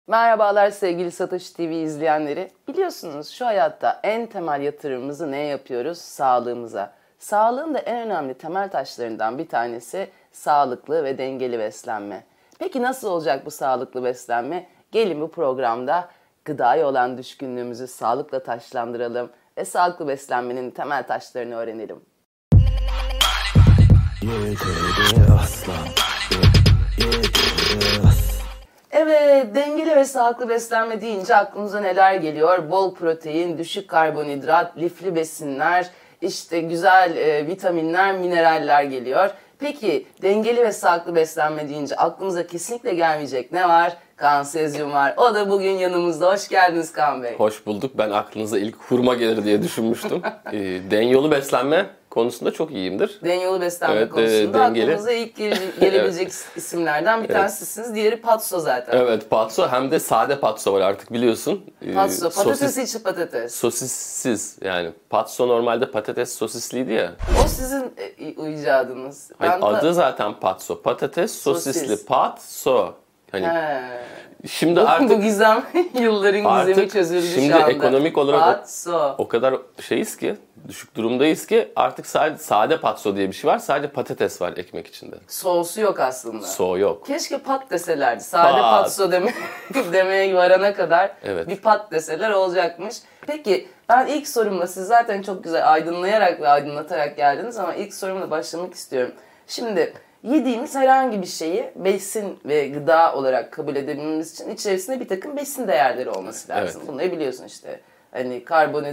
Merhabalar sevgili Satoshi TV izleyenleri. Biliyorsunuz şu hayatta en temel yatırımımızı neye yapıyoruz? Sağlığımıza. Sağlığın da en önemli temel taşlarından bir tanesi sağlıklı ve dengeli beslenme. Peki nasıl olacak bu sağlıklı beslenme? Gelin bu programda gıdaya olan düşkünlüğümüzü sağlıkla taşlandıralım ve sağlıklı beslenmenin temel taşlarını öğrenelim. Evet, dengeli ve sağlıklı beslenme deyince aklınıza neler geliyor? Bol protein, düşük karbonhidrat, lifli besinler, işte güzel vitaminler, mineraller geliyor. Peki dengeli ve sağlıklı beslenme deyince aklımıza kesinlikle gelmeyecek ne var? Kaan Sezyum var. O da bugün yanımızda. Hoş geldiniz Kaan Bey. Hoş bulduk. Ben aklınıza ilk hurma gelir diye düşünmüştüm. Dengeli beslenme konusunda çok iyiyimdir. Dengeli beslenme konusunda aklımıza ilk gelebilecek isimlerden bir tanesisiniz. Diğeri patso zaten. Evet, patso, hem de sade patso var artık biliyorsun. Patso, patates içi patates. Sosissiz yani. Patso normalde patates sosisliydi ya. O sizin icadınız. Hayır, adı zaten patso. Patates sosisli. Patso. Hani şimdi artık bu gizem yılların gizemi çözüldü şimdi şu anda. Ekonomik olarak patso. O kadar şeyiz ki, düşük durumdayız ki artık sade patso diye bir şey var. Sadece patates var ekmek içinde. Soğusu yok aslında. So yok. Keşke pat deselerdi. Sade patso demeye varana kadar bir pat deseler olacakmış. Peki ben ilk sorumla, siz zaten çok güzel aydınlayarak ve aydınlatarak geldiniz ama ilk sorumla başlamak istiyorum. Şimdi yediğimiz herhangi bir şeyi besin ve gıda olarak kabul edebilmemiz için içerisinde bir takım besin değerleri olması lazım. Evet. Bunları biliyorsun işte. Hani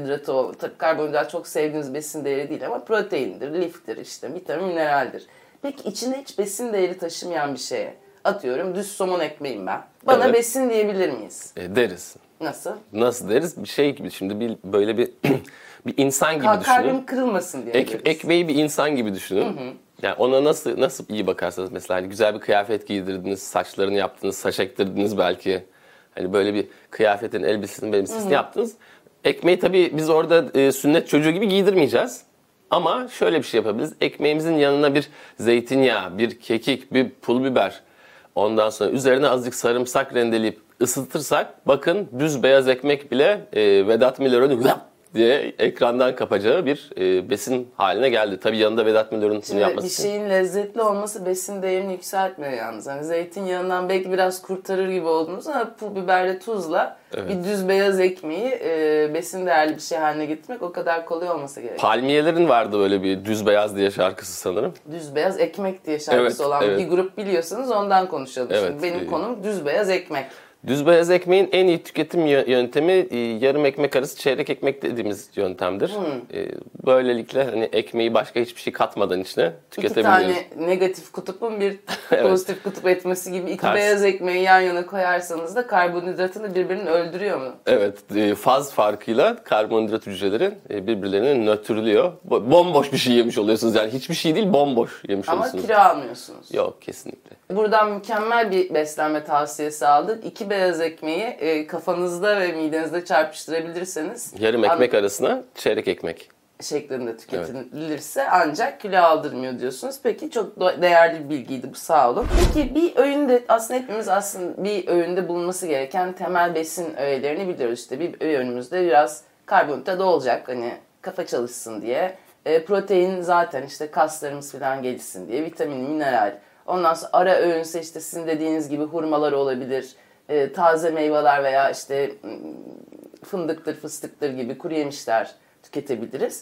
karbonhidrat çok sevdiğiniz besin değeri değil ama proteindir, liftir, işte vitamin, mineraldir. Peki içinde hiç besin değeri taşımayan bir şeye, atıyorum düz somon ekmeğim ben. Bana besin diyebilir miyiz? Deriz. Nasıl? Nasıl deriz? Bir şey gibi, şimdi böyle bir bir insan gibi düşünün. Kalbim kırılmasın diye deriz. Ekmeği bir insan gibi düşünün. Hı hı. Yani ona nasıl iyi bakarsanız, mesela hani güzel bir kıyafet giydirdiniz, saçlarını yaptınız, saç ektirdiniz belki. Hani böyle bir kıyafetin elbisesini yaptınız. Ekmeği tabii biz orada sünnet çocuğu gibi giydirmeyeceğiz. Ama şöyle bir şey yapabiliriz. Ekmeğimizin yanına bir zeytinyağı, bir kekik, bir pul biber, ondan sonra üzerine azıcık sarımsak rendeleyip ısıtırsak, bakın düz beyaz ekmek bile Vedat Milor'un diye ekrandan kapacağı bir besin haline geldi. Tabii yanında Vedat Milor'un bunu yapması için. Bir şeyin lezzetli olması besin değerini yükseltmiyor yalnız. Hani zeytinyağından belki biraz kurtarır gibi oldunuz ama pul biberle tuzla bir düz beyaz ekmeği besin değerli bir şey haline getirmek o kadar kolay olmasa gerek. Palmiyelerin vardı böyle bir düz beyaz diye şarkısı sanırım. Düz beyaz ekmek diye şarkısı olan bir grup biliyorsanız ondan konuşalım. Evet, şimdi benim konum düz beyaz ekmek. Düz beyaz ekmeğin en iyi tüketim yöntemi yarım ekmek arası çeyrek ekmek dediğimiz yöntemdir. Böylelikle hani ekmeği başka hiçbir şey katmadan içine tüketebiliyoruz. İki tane negatif kutupun bir pozitif kutup etmesi gibi iki beyaz ekmeği yan yana koyarsanız da karbonhidratını birbirini öldürüyor mu? Evet, faz farkıyla karbonhidrat hücreleri birbirlerini nötrlüyor. Bomboş bir şey yemiş oluyorsunuz, yani hiçbir şey değil, bomboş yemiş oluyorsunuz. Ama kilo almıyorsunuz. Yok, kesinlikle. Buradan mükemmel bir beslenme tavsiyesi aldık. İki beyaz ekmeği kafanızda ve midenizde çarpıştırabilirseniz yarım ekmek arasına çeyrek ekmek şeklinde tüketilirse ancak kilo aldırmıyor diyorsunuz. Peki çok değerli bir bilgiydi bu, sağ olun. Peki bir öğünde hepimiz bir öğünde bulunması gereken temel besin öğelerini biliyoruz. İşte bir öğünümüzde biraz karbonhidrat olacak hani kafa çalışsın diye. Protein zaten işte kaslarımız falan gelişsin diye. Vitamin, mineral. Ondan sonra ara öğünse işte sizin dediğiniz gibi hurmalar olabilir. Taze meyveler veya işte fındıktır, fıstıktır gibi kuru yemişler tüketebiliriz.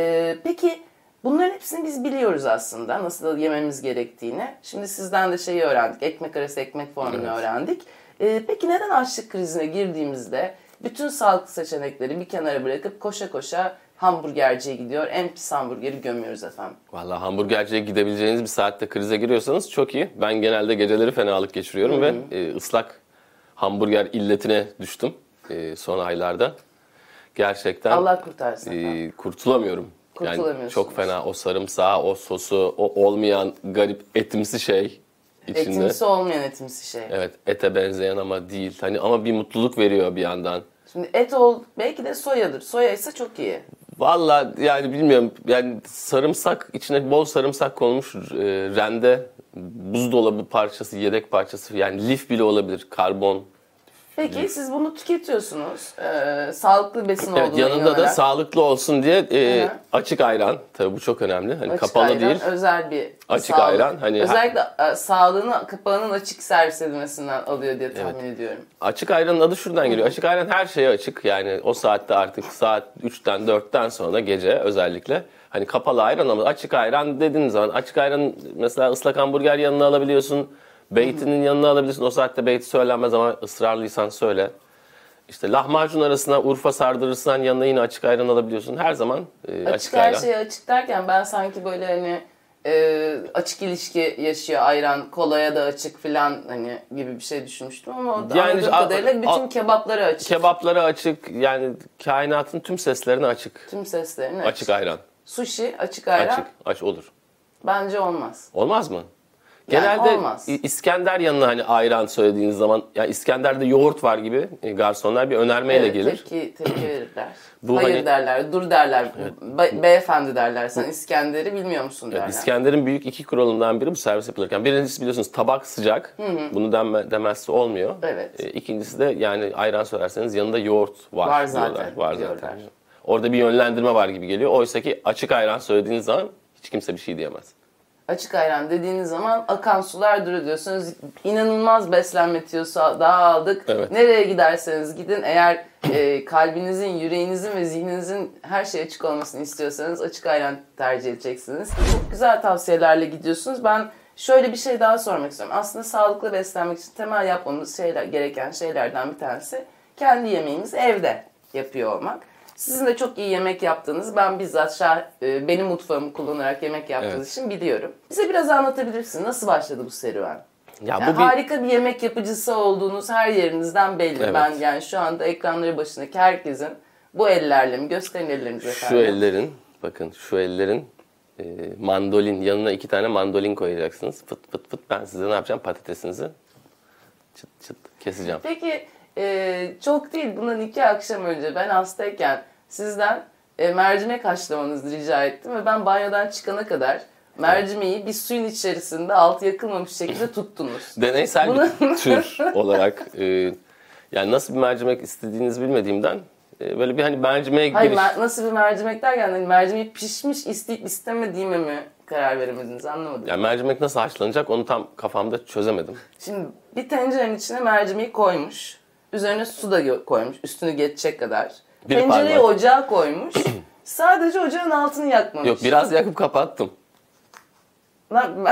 Peki bunların hepsini biz biliyoruz aslında nasıl yememiz gerektiğini. Şimdi sizden de şeyi öğrendik. Ekmek arası ekmek formunu öğrendik. Peki neden açlık krizine girdiğimizde bütün sağlıklı seçenekleri bir kenara bırakıp koşa koşa hamburgerciye gidiyor, en pis hamburgeri gömüyoruz efendim? Vallahi hamburgerciye gidebileceğiniz bir saatte krize giriyorsanız çok iyi. Ben genelde geceleri fenalık geçiriyorum ve ıslak hamburger illetine düştüm son aylarda. Gerçekten Allah kurtarsın. Kurtulamıyorum. Yani çok fena, o sarımsağı, o sosu, o olmayan garip etimsi şey içinde. Etimsi olmayan etimsi şey. Evet, ete benzeyen ama değil. Hani ama bir mutluluk veriyor bir yandan. Şimdi belki de soyadır. Soya ise çok iyi. Vallahi yani bilmiyorum. Yani sarımsak, içine bol sarımsak konmuş rende, buzdolabı parçası, yedek parçası, yani lif bile olabilir. Karbon Peki siz bunu tüketiyorsunuz. Sağlıklı besin Evet, olduğuna yanında inanarak. da sağlıklı olsun diye açık ayran. Tabii bu çok önemli. Hani Açık kapalı ayran, değil. özel bir Açık sağlık. ayran, hani Özellikle sağlığını kapağının açık servis edilmesinden alıyor diye tahmin ediyorum. Açık ayranın adı şuradan geliyor. Açık ayran her şeye açık. Yani o saatte artık saat 3'ten 4'ten sonra gece özellikle. Hani kapalı ayran ama açık ayran dediğiniz zaman açık ayran mesela ıslak hamburger yanına alabiliyorsun. Beytinin yanına alabilirsin. O saatte beyti söylenmez ama ısrarlıysan söyle. İşte lahmacun arasına Urfa sardırırsan yanına yine açık ayran alabiliyorsun. Her zaman açık her ayran. şeye açık derken ben sanki böyle hani açık ilişki yaşıyor ayran, kolaya da açık falan hani gibi bir şey düşünmüştüm ama o da Yani anladığım kadarıyla bütün kebapları açık. Kebapları açık, yani kainatın tüm seslerine açık. Tüm seslerini Açık ayran. Sushi, açık ayran Açık olur. bence olmaz. Olmaz mı? Yani Genelde olmaz. İskender yanına hani ayran söylediğiniz zaman, yani İskender'de yoğurt var gibi garsonlar bir önermeyle gelir. Tepki verirler. Bu Hayır hani- derler, dur derler, beyefendi derler. Sen İskender'i bilmiyor musun derler. İskender'in büyük iki kuralından biri bu servis yapılırken. Birincisi biliyorsunuz tabak sıcak. Bunu demezse olmuyor. Evet. İkincisi de yani ayran söylerseniz yanında yoğurt var, Var diyorlar. zaten, Var diyorlar. zaten. Orada bir yönlendirme var gibi geliyor. Oysa ki açık ayran söylediğiniz zaman hiç kimse bir şey diyemez. Açık ayran dediğiniz zaman akan sular duruyor diyorsunuz. İnanılmaz beslenme tiyosu daha aldık. Evet. Nereye giderseniz gidin eğer kalbinizin, yüreğinizin ve zihninizin her şeye açık olmasını istiyorsanız açık ayran tercih edeceksiniz. Çok güzel tavsiyelerle gidiyorsunuz. Ben şöyle bir şey daha sormak istiyorum. Aslında sağlıklı beslenmek için temel yapmamız gereken şeylerden bir tanesi kendi yemeğimizi evde yapıyor olmak. Sizin de çok iyi yemek yaptığınız, ben bizzat benim mutfağımı kullanarak yemek yaptığınız için biliyorum. Bize biraz anlatabilirsin. Nasıl başladı bu serüven? Yani harika bir yemek yapıcısı olduğunuz her yerinizden belli. Evet. Ben yani şu anda ekranları başındaki herkesin bu ellerle mi gösterin ellerinizi efendim. Şu ellerin, bakın şu ellerin mandolin, yanına 2 tane mandolin koyacaksınız. Fıt fıt fıt, ben size ne yapacağım? Patatesinizi çıt çıt keseceğim. Peki çok değil, bundan 2 akşam önce ben hastayken sizden mercimek haşlamanızı rica ettim ve ben banyodan çıkana kadar mercimeği bir suyun içerisinde altı yakılmamış şekilde tuttunuz. Deneysel bir tür olarak yani nasıl bir mercimek istediğinizi bilmediğimden böyle bir hani mercimeğe Hayır, giriş... nasıl bir mercimek derken hani mercimek pişmiş isteyip istemediğime mi karar veremediniz, anlamadım. Yani mercimek nasıl haşlanacak onu tam kafamda çözemedim. Şimdi bir tencerenin içine mercimeği koymuş. Üzerine su da koymuş üstünü geçecek kadar. Bir Tencereyi parmak. ocağa koymuş. Sadece ocağın altını yakmamış. Yok, biraz yakıp kapattım. Lan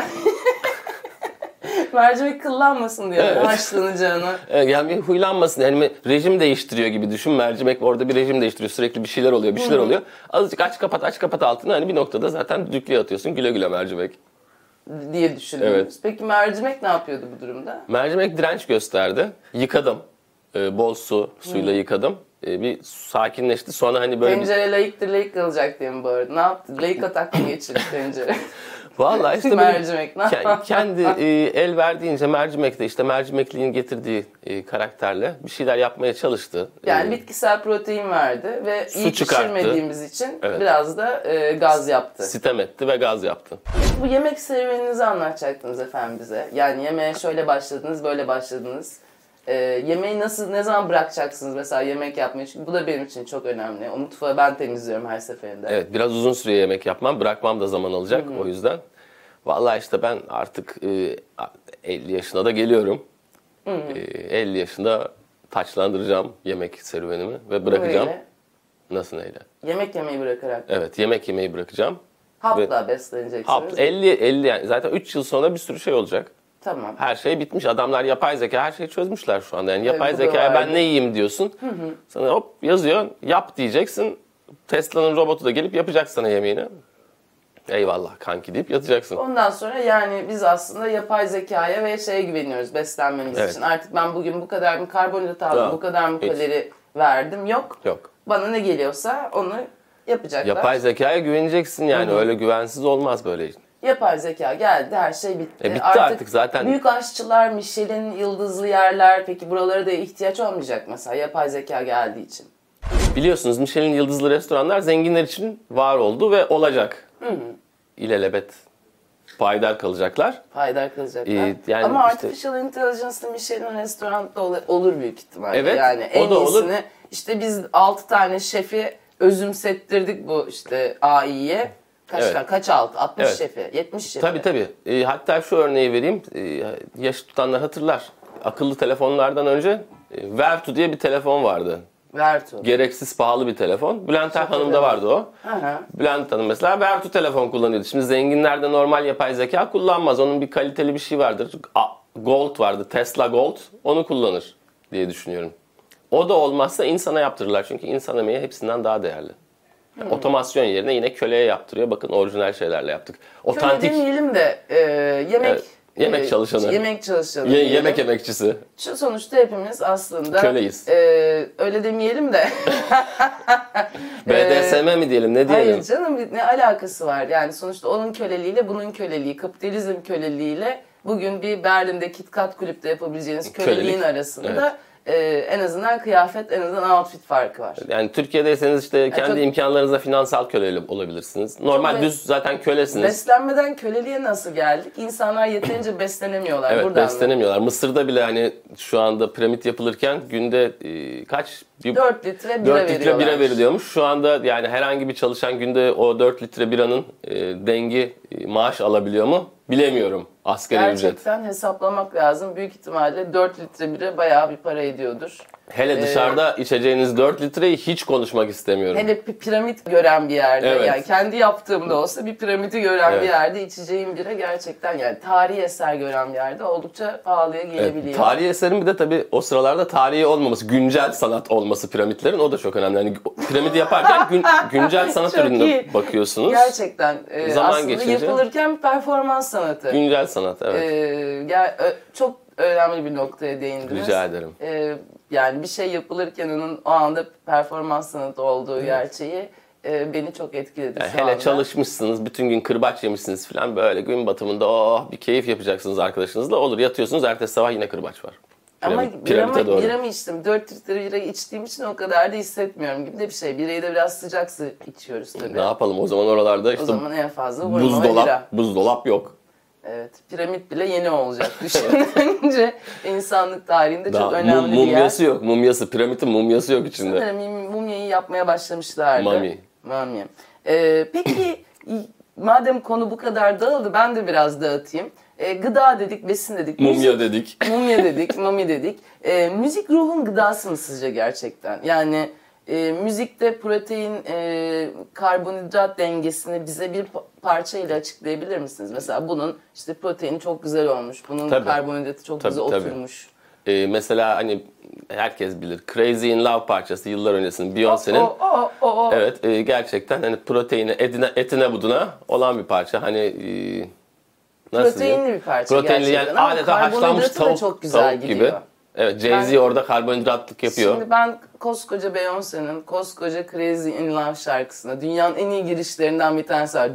mercimek kıllanmasın diye haşlanacağına. Yani bir huylanmasın. Yani rejim değiştiriyor gibi düşün. Mercimek orada bir rejim değiştiriyor. Sürekli bir şeyler oluyor, bir şeyler oluyor. Azıcık aç kapat altını. Hani bir noktada zaten düdüklüye atıyorsun. Güle güle mercimek. Diye düşündünüz. Evet. Peki mercimek ne yapıyordu bu durumda? Mercimek direnç gösterdi. Yıkadım. Bol suyla yıkadım. Bir sakinleşti. Sonra hani böyle... Tencere layıktır, layık kalacak diye mi bu arada? Ne yaptı? Layık atak mı geçirdi tencere? Vallahi işte mercimek ne kendi el verdiğince mercimek de işte mercimekliğin getirdiği karakterle bir şeyler yapmaya çalıştı. Yani bitkisel protein verdi ve iyi çıkarttı. pişirmediğimiz için Evet. biraz da gaz yaptı. Sitem etti ve gaz yaptı. Bu yemek serüveninizi anlatacaktınız efendim bize. Yani yemeğe şöyle başladınız, böyle başladınız. Yemeği ne zaman bırakacaksınız mesela yemek yapmayı? Çünkü bu da benim için çok önemli. O mutfağı ben temizliyorum her seferinde. Evet, biraz uzun süre yemek yapmam. Bırakmam da zaman alacak o yüzden. Vallahi işte ben artık 50 yaşına da geliyorum. 50 yaşında taçlandıracağım yemek serüvenimi ve bırakacağım. Öyle. Nasıl neyle? Yemek yemeyi bırakarak. Evet, yemek yemeyi bırakacağım. Hapla besleneceksiniz. 50 yani zaten 3 yıl sonra bir sürü şey olacak. Tamam. Her şey bitmiş. Adamlar yapay zeka her şeyi çözmüşler şu anda. Yani yapay bu da zekaya vardı. ben ne yiyeyim diyorsun. Sana hop yazıyor. Yap diyeceksin. Tesla'nın robotu da gelip yapacak sana yemeğini. Eyvallah kanki deyip yatacaksın. Ondan sonra yani biz aslında yapay zekaya ve şeye güveniyoruz beslenmemiz Evet. için. Artık ben bugün bu kadar mı karbonhidrat aldım, Tamam. bu kadar mı Hiç. kalori verdim. Yok. Yok. Bana ne geliyorsa onu yapacaklar. Yapay zekaya güveneceksin yani. Öyle güvensiz olmaz böyle. Yapay zeka geldi, her şey bitti. Bitti artık zaten. Büyük aşçılar, Michelin yıldızlı yerler, peki buralara da ihtiyaç olmayacak mesela yapay zeka geldiği için. Biliyorsunuz Michelin yıldızlı restoranlar zenginler için var oldu ve olacak. İlelebet payidar kalacaklar. Payidar kalacaklar. Yani ama işte, Artificial Intelligence'lı Michelin restoranda olur büyük ihtimalle. Evet, yani en o da olur. iyisini işte biz 6 tane şefi özümsettirdik bu işte AI'ye. Kaç 60 Evet. şefi, 70 şefi. Tabii. Hatta şu örneği vereyim. Yaşı tutanlar hatırlar. Akıllı telefonlardan önce Vertu diye bir telefon vardı. Vertu. Gereksiz pahalı bir telefon. Bülent Hanım'da vardı o. Aha. Bülent Hanım mesela Vertu telefon kullanıyordu. Şimdi zenginler de normal yapay zeka kullanmaz. Onun bir kaliteli bir şey vardır. Gold vardı. Tesla Gold. Onu kullanır diye düşünüyorum. O da olmazsa insana yaptırırlar. Çünkü insan emeği hepsinden daha değerli. Otomasyon yerine yine köleye yaptırıyor. Bakın orijinal şeylerle yaptık. Köle demeyelim de yemek... Evet. Yemek çalışanı. Yemek çalışanı. Yemek emekçisi. Şu sonuçta hepimiz aslında... Köleyiz. Öyle demeyelim de... BDSM mi diyelim, ne diyelim? Hayır canım, ne alakası var? Yani sonuçta onun köleliğiyle bunun köleliği, kapitalizm köleliğiyle bugün bir Berlin'de KitKat kulüpte yapabileceğiniz köleliğin arasında en azından kıyafet, en azından outfit farkı var. Yani Türkiye'deyseniz işte kendi imkanlarınızla finansal köle olabilirsiniz. Normal düz zaten kölesiniz. Beslenmeden köleliğe nasıl geldik? İnsanlar yeterince beslenemiyorlar. Evet, buradan beslenemiyorlar. Mısır'da bile hani şu anda piramit yapılırken günde kaç? 4 litre bira 4 litre bira veriliyormuş. Şu anda yani herhangi bir çalışan günde o 4 litre biranın dengi maaş alabiliyor mu? Bilemiyorum. Asgari ücret. Gerçekten hesaplamak lazım. Büyük ihtimalle 4 litre bira bayağı bir para ediyordur. Hele dışarıda içeceğiniz 4 litreyi hiç konuşmak istemiyorum. Hele bir piramit gören bir yerde, Evet. yani kendi yaptığımda olsa bir piramidi gören bir yerde içeceğim bira gerçekten, yani tarihi eser gören bir yerde oldukça pahalıya gelebiliyor. Evet, tarihi eserin bir de tabii o sıralarda tarihi olmaması, güncel sanat olması piramitlerin, o da çok önemli. Yani piramidi yaparken güncel sanat ürününe bakıyorsunuz. Gerçekten Zaman aslında geçince, yapılırken güncel performans sanat, evet. Çok önemli bir noktaya değindiniz. Rica ederim. Yani bir şey yapılırken onun o anda performans sanatı olduğu gerçeği beni çok etkiledi Yani şu hele anda. çalışmışsınız, bütün gün kırbaç yemişsiniz falan, böyle gün batımında bir keyif yapacaksınız arkadaşınızla. Olur, yatıyorsunuz, ertesi sabah yine kırbaç var. Ama Piramite doğru. bira mı içtim? 4 litre bira içtiğim için o kadar da hissetmiyorum gibi de bir şey. Birayı da biraz sıcak su içiyoruz tabii. Ne yapalım o zaman oralarda, O işte zaman en fazla vurma ve bira. buzdolap yok. Evet, piramit bile yeni olacak düşününce. İnsanlık tarihinde çok önemli bir yer. Mumyası yok, piramidin mumyası yok içinde. Sanırım mumyayı yapmaya başlamışlardı. Mummy. Peki madem konu bu kadar dağıldı, ben de biraz dağıtayım. Gıda dedik, besin dedik. Mumya dedik. Mumya dedik, mami dedik. Müzik ruhun gıdası mı sizce gerçekten? Yani müzikte protein, karbonhidrat dengesini bize bir parça ile açıklayabilir misiniz? Mesela bunun işte proteini çok güzel olmuş, bunun karbonhidratı çok güzel oturmuş. Mesela hani herkes bilir, Crazy in Love parçası, yıllar öncesinin Beyoncé'nin. Evet, gerçekten hani proteini etine buduna olan bir parça. Hani nasıl proteinli diyeyim? bir parça Proteinli, gerçekten, yani ama adeta haşlanmış çok güzel tavuk gidiyor. gibi. Evet, Jay-Z orada karbonhidratlık yapıyor. Şimdi ben koskoca Beyoncé'nin koskoca Crazy in Love şarkısına, dünyanın en iyi girişlerinden bir tanesi var.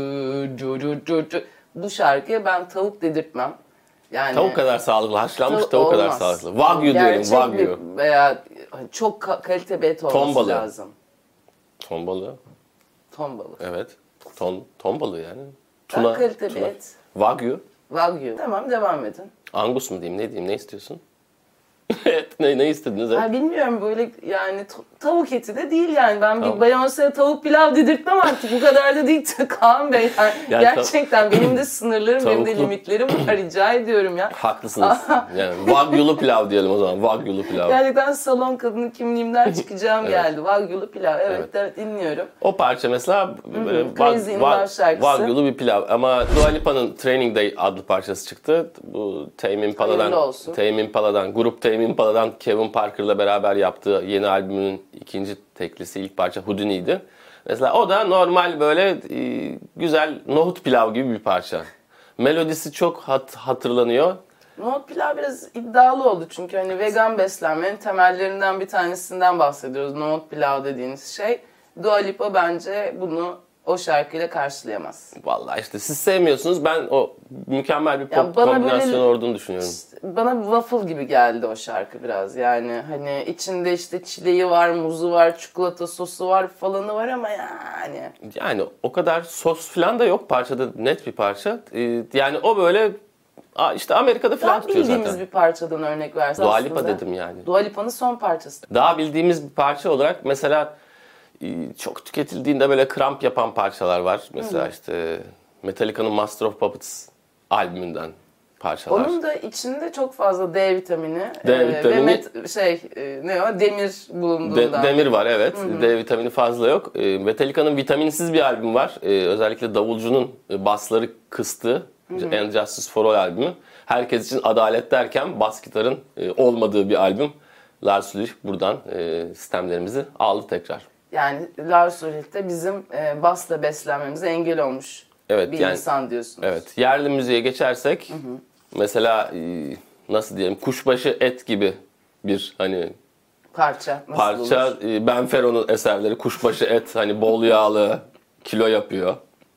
Bu şarkıya ben tavuk dedirtmem. Yani tavuk kadar sağlıklı, haşlanmış tavuk kadar sağlıklı. Wagyu diyelim, Wagyu. Veya çok kalite bir et olması lazım. Ton balığı. Ton balığı. Evet. Ton balığı yani. Tuna. Kalite bir et. Wagyu. Tamam, devam edin. Angus mu diyeyim, ne diyeyim, ne istiyorsun? ne istediniz? Bilmiyorum, böyle yani tavuk eti de değil yani. Ben bir Beyoncé'ye tavuk pilav dedirtmem artık. Bu kadar da değil Kaan Bey. Yani gerçekten benim de sınırlarım, benim de limitlerim var, rica ediyorum ya. Haklısınız. Yani Wagyu'lu pilav diyelim o zaman. Wagyu'lu pilav. Gerçekten salon kadını kimliğimden çıkacağım geldi. Wagyu'lu pilav. Evet, dinliyorum. O parça mesela Crazy in Love şarkısı. Wagyu'lu bir pilav. Ama Dua Lipa'nın Training Day adlı parçası çıktı. Bu Tame Impala'dan, grup Tame Impala'dan Kevin Parker'la beraber yaptığı yeni albümünün ikinci teklisi, ilk parça Houdini'ydi. Mesela o da normal böyle güzel nohut pilav gibi bir parça. Melodisi çok hatırlanıyor. Nohut pilav biraz iddialı oldu çünkü hani vegan beslenmenin temellerinden bir tanesinden bahsediyoruz. Nohut pilav dediğiniz şey. Dua Lipa bence bunu o şarkıyla karşılayamaz. Vallahi işte siz sevmiyorsunuz. Ben o mükemmel bir Ya pop bana kombinasyonu böyle- olduğunu düşünüyorum. Bana waffle gibi geldi o şarkı biraz. Yani hani içinde işte çileği var, muzu var, çikolata sosu var falanı var ama yani. Yani o kadar sos falan da yok. Parçada net bir parça. Yani o böyle işte Amerika'da falan Daha tutuyor bildiğimiz zaten. bir parçadan örnek versen Dua aslında. Lipa dedim yani. Dua Lipa'nın son parçası. Daha bildiğimiz bir parça olarak mesela çok tüketildiğinde böyle kramp yapan parçalar var. Mesela işte Metallica'nın Master of Puppets albümünden parçalar. Onun da içinde çok fazla D vitamini, D vitamini- ve demir bulunduğundan. Demir var evet. D vitamini fazla yok. Metallica'nın vitaminsiz bir albüm var. Özellikle davulcunun basları kıstığı And Justice for All albümü. Herkes için adalet derken bas gitarın olmadığı bir albüm. Lars Ulrich buradan sistemlerimizi aldı tekrar. Yani Lars Ulrich de bizim basla beslenmemize engel olmuş Evet, bir yani- insan diyorsunuz. Evet. Yerli müziğe geçersek mesela nasıl diyelim kuşbaşı et gibi bir hani Parça nasıl parça olur? Ben Fero'nun eserleri kuşbaşı et hani bol yağlı kilo yapıyor.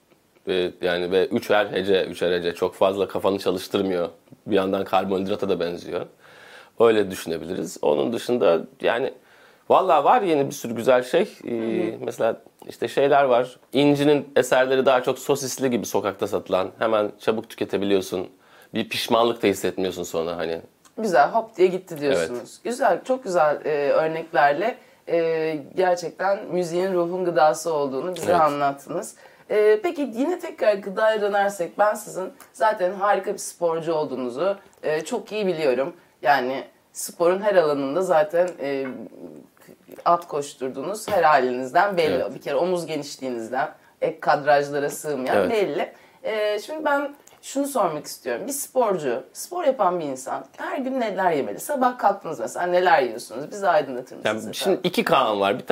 Ve üçer hece çok fazla kafanı çalıştırmıyor. Bir yandan karbonhidrata da benziyor. Öyle düşünebiliriz. Onun dışında yani vallahi var yeni bir sürü güzel şey. Mesela işte şeyler var. İnci'nin eserleri daha çok sosisli gibi sokakta satılan. Hemen çabuk tüketebiliyorsun. Bir pişmanlık da hissetmiyorsun sonra hani. Güzel hop diye gitti diyorsunuz. Evet. Güzel, çok güzel örneklerle gerçekten müziğin ruhun gıdası olduğunu bize Evet. anlattınız. Peki yine tekrar gıdaya dönersek ben sizin zaten harika bir sporcu olduğunuzu çok iyi biliyorum. Yani sporun her alanında zaten at koşturduğunuz her halinizden belli. Evet. Bir kere omuz genişliğinizden, ek kadrajlara sığmayan Evet. belli. Şimdi ben şunu sormak istiyorum. Bir sporcu, spor yapan bir insan her gün neler yemeli? Sabah kalktınız mesela neler yiyorsunuz? Bizi aydınlatır mısınız Yani efendim? şimdi iki Kaan var.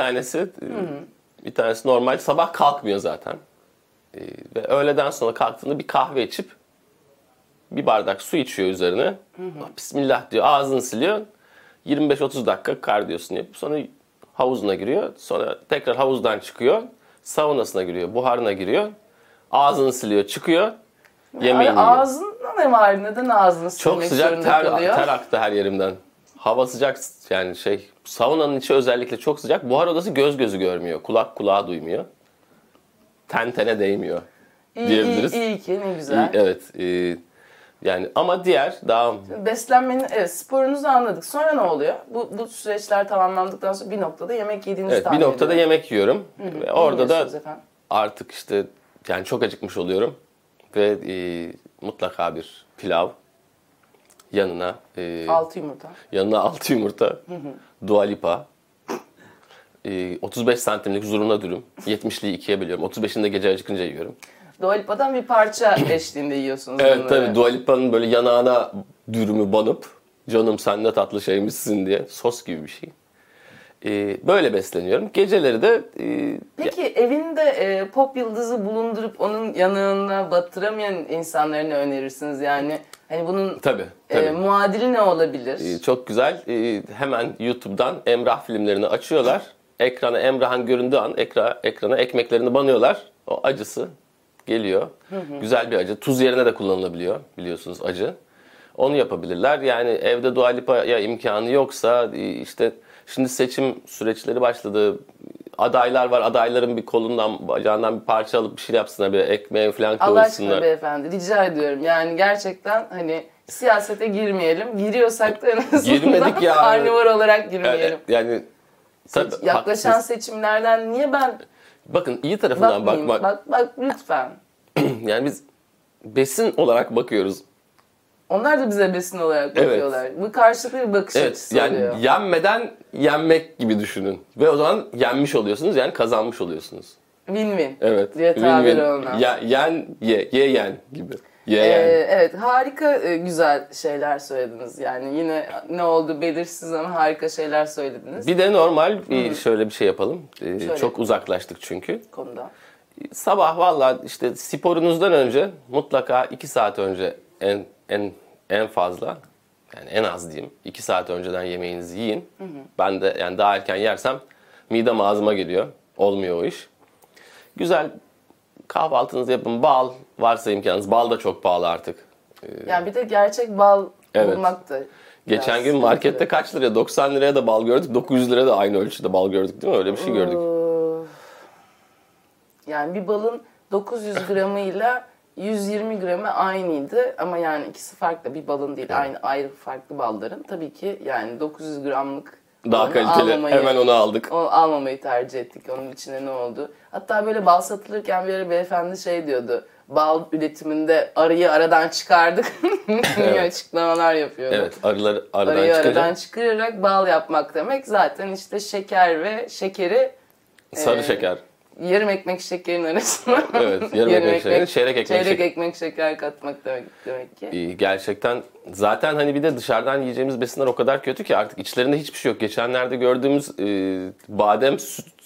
Bir tanesi normal sabah kalkmıyor zaten. Ve öğleden sonra kalktığında bir kahve içip bir bardak su içiyor üzerine. Bismillah diyor, ağzını siliyor. 25-30 dakika kardiyosunu yapıp sonra havuzuna giriyor. Sonra tekrar havuzdan çıkıyor. Saunasına giriyor, buharına giriyor. Ağzını siliyor, çıkıyor. Yemeğini yiyor. Ağzında ne var? Neden ağzını Çok silmek sıcak zorunda kalıyor? ter aktı her yerimden. Hava sıcak yani saunanın içi özellikle çok sıcak. Buhar odası göz gözü görmüyor. Kulak kulağa duymuyor. Ten tene değmiyor diyebiliriz. İyi ki ne güzel. Evet. Yani ama diğer daha Beslenmenin, evet sporunuzu anladık. Sonra ne oluyor? Bu süreçler tamamlandıktan sonra bir noktada yemek yediğinizi evet bir tahmin noktada ediyorum. yemek yiyorum. Ve Ne orada da yiyorsunuz efendim? artık işte yani çok acıkmış oluyorum. Ve mutlaka bir pilav yanına 6 yumurta. yanına 6 yumurta, Dua Lipa, 35 santimlik zurna dürüm. 70'liyi ikiye bölüyorum. 35'ini de gece acıkınca yiyorum. Dua Lipa'dan bir parça eşliğinde yiyorsunuz Evet bunları. tabii Dua Lipa'nın böyle yanağına dürümü banıp canım sen ne tatlı şeymişsin diye sos gibi bir şey. Böyle besleniyorum. Geceleri de Peki evinde pop yıldızı bulundurup onun yanığına batıramayan insanlara ne önerirsiniz? Yani hani bunun tabii. muadili ne olabilir? Çok güzel. Hemen YouTube'dan Emrah filmlerini açıyorlar. Ekrana Emrah'ın göründüğü an ekrana ekmeklerini banıyorlar. O acısı geliyor. Güzel bir acı. Tuz yerine de kullanılabiliyor biliyorsunuz acı. Onu yapabilirler. Yani evde Dua Lipa'ya imkanı yoksa işte şimdi seçim süreçleri başladı. Adaylar var. Adayların bir kolundan, bacağından bir parça alıp bir şey yapsınlar. Bir ekmeğe falan Allah aşkına koysunlar. beyefendi rica ediyorum. Yani gerçekten hani siyasete girmeyelim. Giriyorsak da en azından Girmedik ya. karnivor olarak girmeyelim. Yani tabii, Yaklaşan haklısınız. seçimlerden niye ben Bakın iyi tarafından bakmayayım? bakmak. Bak lütfen. Yani biz besin olarak bakıyoruz. Onlar da bize besin olarak Evet. bakıyorlar. Bu karşılıklı bir bakış Evet açısı yani oluyor. yenmeden yenmek gibi düşünün. Ve o zaman yenmiş oluyorsunuz yani kazanmış oluyorsunuz. Win-win Evet. diye tabir ona. Yen gibi. Yen. Evet harika güzel şeyler söylediniz. Yani yine ne oldu belirsiz ama harika şeyler söylediniz Bir de normal şöyle bir şey yapalım. Şöyle. Çok uzaklaştık çünkü. konuda. Sabah valla işte sporunuzdan önce mutlaka 2 saat önce en fazla yani en az diyeyim 2 saat önceden yemeğinizi yiyin. Ben de yani daha erken yersem midem ağzıma geliyor. Olmuyor o iş. Güzel kahvaltınızı yapın. Bal varsa imkanınız. Bal da çok pahalı artık. Yani bir de gerçek bal Evet. bulmak da Geçen biraz gün markette sıkıntı. kaç liraya? 90 liraya da bal gördük. 900 liraya da aynı ölçüde bal gördük değil mi? Öyle bir şey gördük. Yani bir balın 900 gramıyla 120 gramı aynıydı ama yani ikisi farklı, bir balın değil, aynı ayrı farklı balların. Tabii ki yani 900 gramlık Daha olanı kaliteli. Hemen onu aldık. almamayı tercih ettik. Onun içine ne oldu? Hatta böyle bal satılırken bir ara beyefendi şey diyordu. Bal üretiminde arıyı aradan çıkardık. diye açıklamalar yapıyordu. Evet, arıları Arıyı aradan aradan çıkınca çıkararak bal yapmak demek. Zaten işte şeker ve şekeri sarı şeker. yarım ekmek şekerin arasına Evet, yarım ekmek şekerin, çeyrek ekmek çeyrek şeker. ekmek şeker katmak demek ki. Gerçekten zaten hani bir de dışarıdan yiyeceğimiz besinler o kadar kötü ki artık içlerinde hiçbir şey yok. Geçenlerde gördüğümüz badem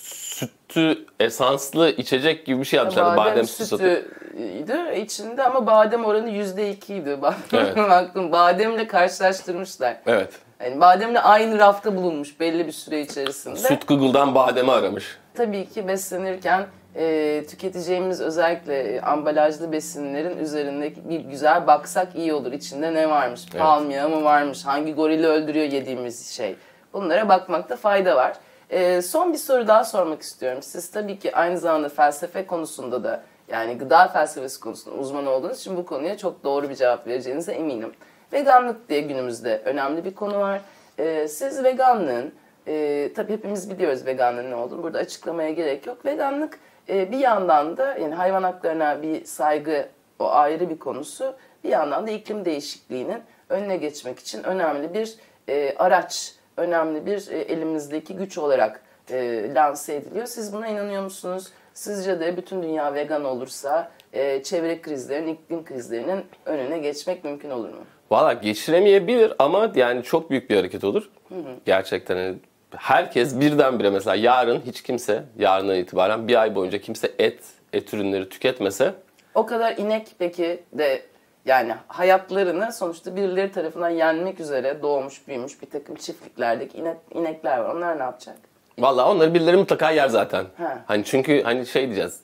sütü esanslı içecek gibi bir şey yapmışlar. Badem sütü. sütüydü içinde ama badem oranı %2'ydi. Evet. Baktım, bademle karşılaştırmışlar. Evet. Yani bademle aynı rafta bulunmuş belli bir süre içerisinde. Süt Google'dan bademi aramış. Tabii ki beslenirken tüketeceğimiz özellikle ambalajlı besinlerin üzerinde bir güzel baksak iyi olur. İçinde ne varmış? Evet. Palm yağı mı varmış? Hangi gorili öldürüyor yediğimiz şey? Bunlara bakmakta fayda var. Son bir soru daha sormak istiyorum. Siz tabii ki aynı zamanda felsefe konusunda da, yani gıda felsefesi konusunda uzman olduğunuz için bu konuya çok doğru bir cevap vereceğinize eminim. Veganlık diye günümüzde önemli bir konu var. Siz veganlığın, tabii hepimiz biliyoruz veganlığın ne olduğunu. Burada açıklamaya gerek yok. Veganlık bir yandan da yani hayvan haklarına bir saygı, o ayrı bir konusu. Bir yandan da iklim değişikliğinin önüne geçmek için önemli bir araç, önemli bir elimizdeki güç olarak lanse ediliyor. Siz buna inanıyor musunuz? Sizce de bütün dünya vegan olursa çevre krizlerinin, iklim krizlerinin önüne geçmek mümkün olur mu? Valla geçiremeyebilir ama yani çok büyük bir hareket olur. Gerçekten hani herkes birdenbire mesela yarın hiç kimse, yarından itibaren bir ay boyunca kimse et ürünleri tüketmese. O kadar inek peki de yani hayatlarını sonuçta birileri tarafından yenmek üzere doğmuş büyümüş bir takım çiftliklerdeki inekler var. Onlar ne yapacak? Valla onları birileri mutlaka yer zaten. Ha. Hani çünkü hani şey diyeceğiz,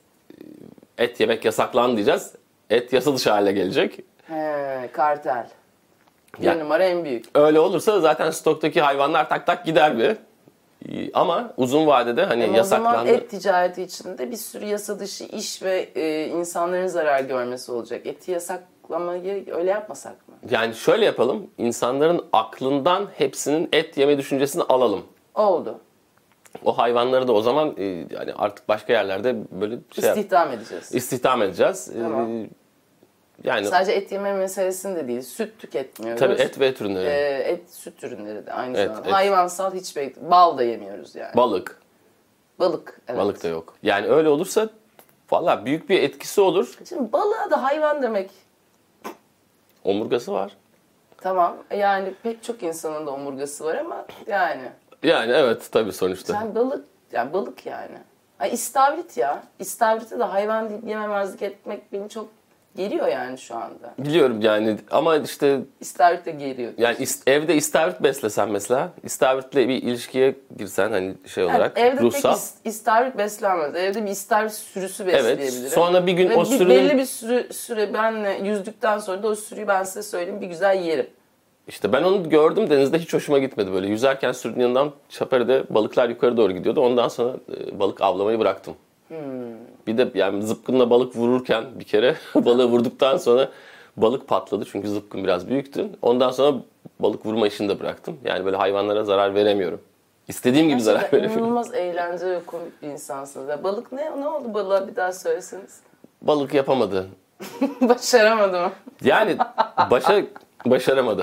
et yemek yasaklandı diyeceğiz. Et yasa dışı hale gelecek. Kartel. Bir Yani- numara en büyük. Öyle olursa zaten stoktaki hayvanlar tak tak gider bir. Ama uzun vadede hani Ama o zaman yasaklandı. et ticareti içinde bir sürü yasa dışı iş ve insanların zarar görmesi olacak. Eti yasaklamayı öyle yapmasak mı? Yani şöyle yapalım. İnsanların aklından hepsinin et yeme düşüncesini alalım. Oldu. O hayvanları da o zaman yani artık başka yerlerde böyle İstihdam edeceğiz. istihdam edeceğiz. Tamam. Yani Sadece et yeme meselesinde değil, süt tüketmiyoruz. tabii et ve et ürünleri. Et, süt ürünleri de aynı Et, zamanda. et. Hayvansal bal da yemiyoruz yani. Balık. Balık, evet. Balık da yok. Yani öyle olursa valla büyük bir etkisi olur. Şimdi balığa da hayvan demek Omurgası var. tamam. Yani pek çok insanın da omurgası var ama yani. Yani evet tabii sonuçta. Sen balık yani. Ay istavrit ya. İstavrite de hayvan deyip yememezlik etmek beni çok geriyor yani şu anda. Biliyorum yani ama işte İstavrit de geriyor. yani evde istavrit beslesen mesela, istavritle bir ilişkiye girsen hani şey olarak evde ruhsal. pek istavrit beslenmez. Evde bir istavrit sürüsü besleyebilirim. Evet. Sonra bir gün Ve o sürünün belli bir süre benle yüzdükten sonra da o sürüyü ben size söyleyeyim bir güzel yerim. İşte ben onu gördüm denizde, hiç hoşuma gitmedi böyle. Yüzerken sürünün yanından çaparıda balıklar yukarı doğru gidiyordu. Ondan sonra balık avlamayı bıraktım. Bir de yani zıpkınla balık vururken bir kere balığı vurduktan sonra balık patladı. Çünkü zıpkın biraz büyüktü. Ondan sonra balık vurma işini de bıraktım. Yani böyle hayvanlara zarar veremiyorum. İstediğim gibi zarar Gerçekten veremiyorum. inanılmaz eğlenceli ve komik bir insansınız. Ya balık ne oldu balığa bir daha söyleseniz. Balık yapamadı. Başaramadım. Yani başaramadı.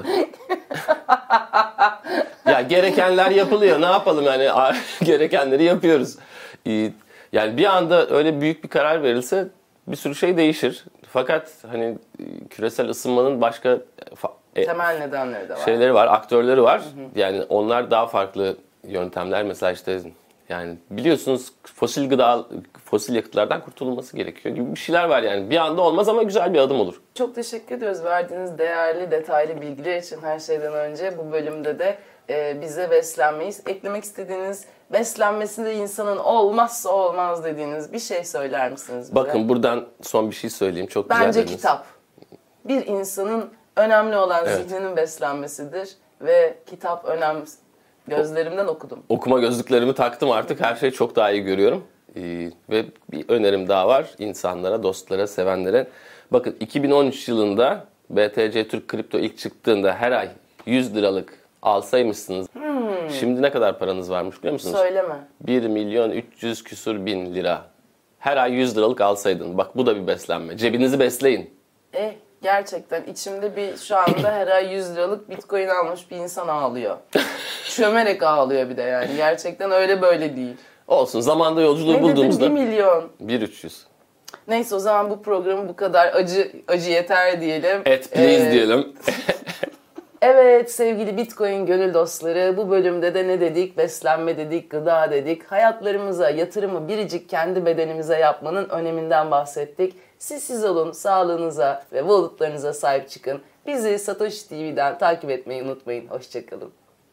Ya gerekenler yapılıyor. Ne yapalım yani gerekenleri yapıyoruz. Yani bir anda öyle büyük bir karar verilse bir sürü şey değişir. Fakat hani küresel ısınmanın başka Temel nedenleri de var. şeyleri var, aktörleri var. Yani onlar daha farklı yöntemler. Mesela işte yani biliyorsunuz fosil yakıtlardan kurtulması gerekiyor gibi bir şeyler var yani. Bir anda olmaz ama güzel bir adım olur. Çok teşekkür ediyoruz verdiğiniz değerli, detaylı bilgiler için her şeyden önce. Bu bölümde de bize beslenmeyi, eklemek istediğiniz, beslenmesinde insanın olmazsa olmaz dediğiniz bir şey söyler misiniz bize? Bakın buradan son bir şey söyleyeyim. Çok güzel Bence dediniz. kitap. Bir insanın önemli olan Evet. zihninin beslenmesidir ve kitap önemli. Gözlerimden okudum. Okuma gözlüklerimi taktım artık. Her şeyi çok daha iyi görüyorum. Ve bir önerim daha var insanlara, dostlara, sevenlere. Bakın 2013 yılında BTC Türk Kripto ilk çıktığında her ay 100 liralık alsaymışsınız. Şimdi ne kadar paranız varmış biliyor musunuz? Söyleme. 1 milyon 300 küsur bin lira. Her ay 100 liralık alsaydın. Bak bu da bir beslenme. Cebinizi besleyin. Gerçekten içimde şu anda her ay 100 liralık Bitcoin almış bir insan ağlıyor. Çömerek ağlıyor bir de yani. Gerçekten öyle böyle değil. Olsun. Zamanda yolculuğu Ne bulduğumuzda. dedim? 1 milyon. 1.300. Neyse o zaman bu programı bu kadar acı yeter diyelim. Please diyelim. Evet sevgili Bitcoin gönül dostları, bu bölümde de ne dedik? Beslenme dedik, gıda dedik. Hayatlarımıza yatırımı biricik kendi bedenimize yapmanın öneminden bahsettik. Siz olun, sağlığınıza ve walletlarınıza sahip çıkın. Bizi Satoshi TV'den takip etmeyi unutmayın. Hoşçakalın.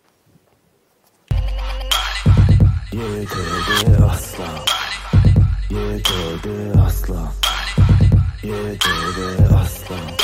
Yeterli asla. Yeterli asla. Yeterli asla.